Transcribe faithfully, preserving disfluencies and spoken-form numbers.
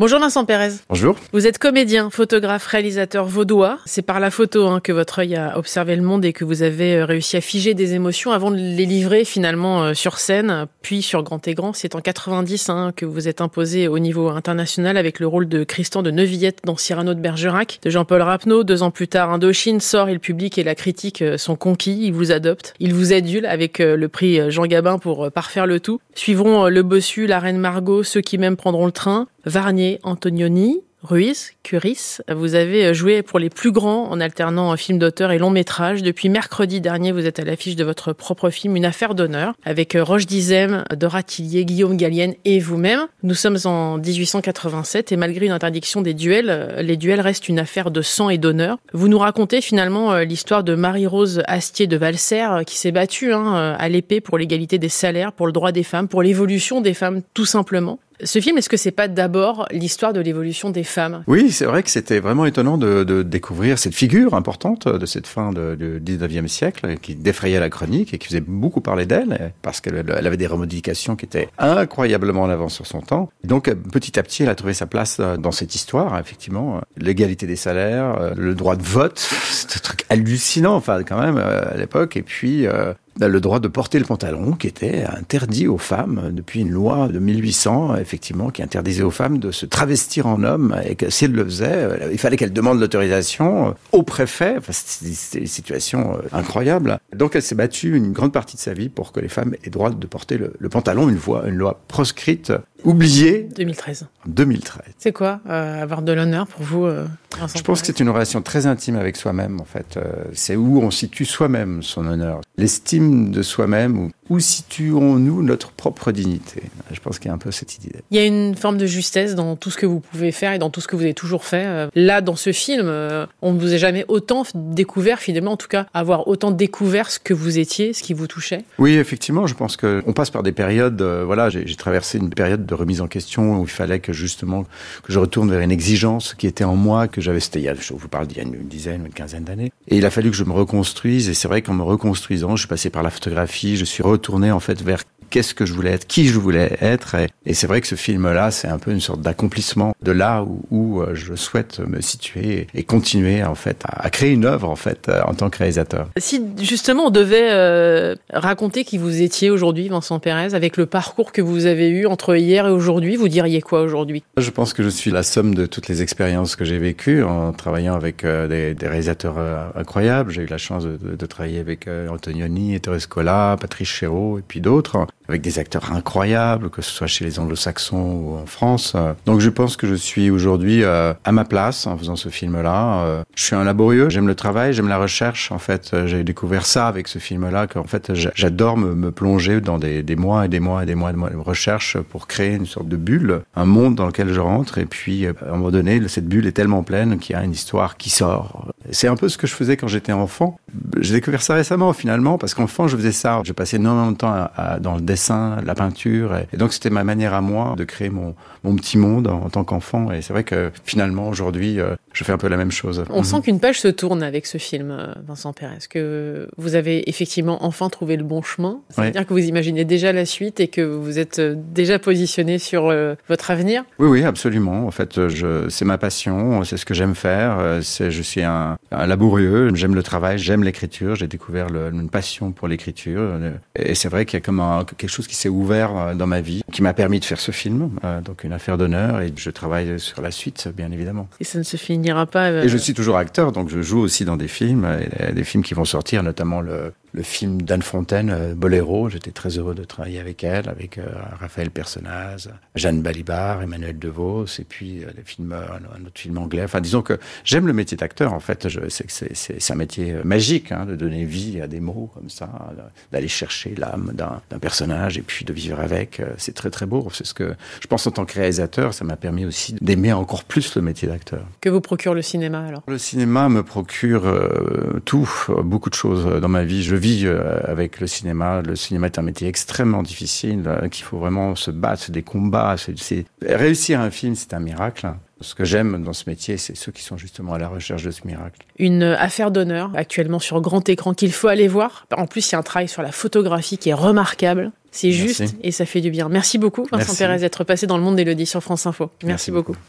Bonjour Vincent Pérez. Bonjour. Vous êtes comédien, photographe, réalisateur vaudois. C'est par la photo hein, que votre œil a observé le monde et que vous avez réussi à figer des émotions avant de les livrer finalement euh, sur scène, puis sur grand écran. C'est en quatre-vingt-dix hein, que vous êtes imposé au niveau international avec le rôle de Christian de Neuvillette dans Cyrano de Bergerac, de Jean-Paul Rapneau. Deux ans plus tard, Indochine sort et le public et la critique sont conquis. Ils vous adoptent. Ils vous adulent avec le prix Jean Gabin pour parfaire le tout. Suivront Le Bossu, La Reine Margot, Ceux qui m'aiment prendront le train, Varnier, Antonioni, Ruiz, Curis. Vous avez joué pour les plus grands en alternant film d'auteur et long métrage. Depuis mercredi dernier, vous êtes à l'affiche de votre propre film Une affaire d'honneur avec Roche Dizem, Dora Tillier, Guillaume Gallienne et vous-même. Nous sommes en dix-huit cent quatre-vingt-sept et malgré une interdiction des duels, les duels restent une affaire de sang et d'honneur. Vous nous racontez finalement l'histoire de Marie-Rose Astier de Valserres qui s'est battue hein, à l'épée pour l'égalité des salaires, pour le droit des femmes, pour l'évolution des femmes tout simplement. Ce film, est-ce que c'est pas d'abord l'histoire de l'évolution des femmes ? Oui, c'est vrai que c'était vraiment étonnant de, de découvrir cette figure importante de cette fin de, du dix-neuvième siècle qui défrayait la chronique et qui faisait beaucoup parler d'elle parce qu'elle elle avait des revendications qui étaient incroyablement en avance sur son temps. Donc petit à petit, elle a trouvé sa place dans cette histoire, effectivement. L'égalité des salaires, le droit de vote, c'est un truc hallucinant, enfin quand même à l'époque. Et puis euh, le droit de porter le pantalon qui était interdit aux femmes depuis une loi de mille huit cents, effectivement, qui interdisait aux femmes de se travestir en homme et que si elles le faisaient, il fallait qu'elles demandent l'autorisation au préfet. Enfin, c'était une situation incroyable. Donc elle s'est battue une grande partie de sa vie pour que les femmes aient droit de porter le, le pantalon, une loi, une loi proscrite, oubliée. deux mille treize. deux mille treize. C'est quoi euh, avoir de l'honneur pour vous euh, Vincent Je pense que c'est une relation très intime avec soi-même, en fait. Euh, c'est où on situe soi-même son honneur. L'estime de soi-même, où, où situons-nous notre propre dignité ? Je pense qu'il y a un peu cette idée. Il y a une forme de justesse dans tout ce que vous pouvez faire et dans tout ce que vous avez toujours fait. Là, dans ce film, euh, on ne vous a jamais autant découvert, finalement, en tout cas, avoir autant découvert ce que vous étiez, ce qui vous touchait. Oui, effectivement, je pense qu'on passe par des périodes, euh, voilà, j'ai, j'ai traversé une période de remise en question où il fallait que, justement, que je retourne vers une exigence qui était en moi, que j'avais, c'était il y a, je vous parle d'il y a une, une dizaine ou une quinzaine d'années. Et il a fallu que je me reconstruise, et c'est vrai qu'en me reconstruisant, je suis passé par la photographie, je suis retourné, en fait, vers qu'est-ce que je voulais être, qui je voulais être. Et, et c'est vrai que ce film-là, c'est un peu une sorte d'accomplissement de là où, où je souhaite me situer et continuer, en fait, à, à créer une œuvre, en fait, en tant que réalisateur. Si, justement, on devait euh, raconter qui vous étiez aujourd'hui, Vincent Pérez, avec le parcours que vous avez eu entre hier et aujourd'hui, vous diriez quoi aujourd'hui ? Je pense que je suis la somme de toutes les expériences que j'ai vécues en travaillant avec euh, des, des réalisateurs euh, incroyables. J'ai eu la chance de, de, de travailler avec euh, Antonioni, Ettore Scola, Patrice Chéreau et puis d'autres, avec des acteurs incroyables, que ce soit chez les anglo-saxons ou en France. Donc je pense que je suis aujourd'hui euh, à ma place en faisant ce film-là. Euh, je suis un laborieux, j'aime le travail, j'aime la recherche. En fait, j'ai découvert ça avec ce film-là, qu'en fait j'adore me, me plonger dans des, des mois et des mois et des mois de recherche pour créer une sorte de bulle, un monde dans lequel je rentre. Et puis, à un moment donné, cette bulle est tellement pleine qu'il y a une histoire qui sort. C'est un peu ce que je faisais quand j'étais enfant. J'ai découvert ça récemment, finalement, parce qu'enfant, je faisais ça. Je passais énormément de temps à, à, dans le dessin, la peinture. Et, et donc, c'était ma manière à moi de créer mon, mon petit monde en, en tant qu'enfant. Et c'est vrai que, finalement, aujourd'hui, euh, je fais un peu la même chose. On mmh. sent qu'une page se tourne avec ce film, Vincent Pérez, que vous avez effectivement enfin trouvé le bon chemin. C'est-à-dire oui. que vous imaginez déjà la suite et que vous êtes déjà positionné sur euh, votre avenir. Oui, oui, absolument. En fait, je, c'est ma passion, c'est ce que j'aime faire. C'est, je suis un, un laborieux, j'aime le travail, j'aime l'écriture. J'ai découvert le, une passion pour l'écriture. Et c'est vrai qu'il y a comme un, quelque chose qui s'est ouvert dans ma vie, qui m'a permis de faire ce film, euh, donc Une affaire d'honneur. Et je travaille sur la suite, bien évidemment. Et ça ne se finira pas. Euh... Et je suis toujours acteur, donc je joue aussi dans des films, et des films qui vont sortir, notamment le, le film d'Anne Fontaine, euh, Boléro. J'étais très heureux de travailler avec elle, avec euh, Raphaël Personnaz, Jeanne Balibar, Emmanuel DeVos, et puis euh, les films, euh, un autre film anglais. Enfin, disons que j'aime le métier d'acteur. En fait, je sais que c'est, c'est, c'est un métier magique, hein, de donner vie à des mots comme ça, d'aller chercher l'âme d'un, d'un personnage et puis de vivre avec. C'est très très beau. C'est ce que je pense en tant que réalisateur, ça m'a permis aussi d'aimer encore plus le métier d'acteur. Que vous procure le cinéma alors ? Le cinéma me procure euh, tout, beaucoup de choses dans ma vie. Je vis euh, avec le cinéma. Le cinéma est un métier extrêmement difficile, euh, qu'il faut vraiment se battre, des combats. C'est, c'est... Réussir un film, c'est un miracle. Ce que j'aime dans ce métier, c'est ceux qui sont justement à la recherche de ce miracle. Une affaire d'honneur, actuellement sur grand écran, qu'il faut aller voir. En plus, il y a un travail sur la photographie qui est remarquable. C'est juste. Merci. Et ça fait du bien. Merci beaucoup, Vincent Pérez, d'être passé dans le monde d'Élodie sur France Info. Merci, Merci beaucoup. beaucoup.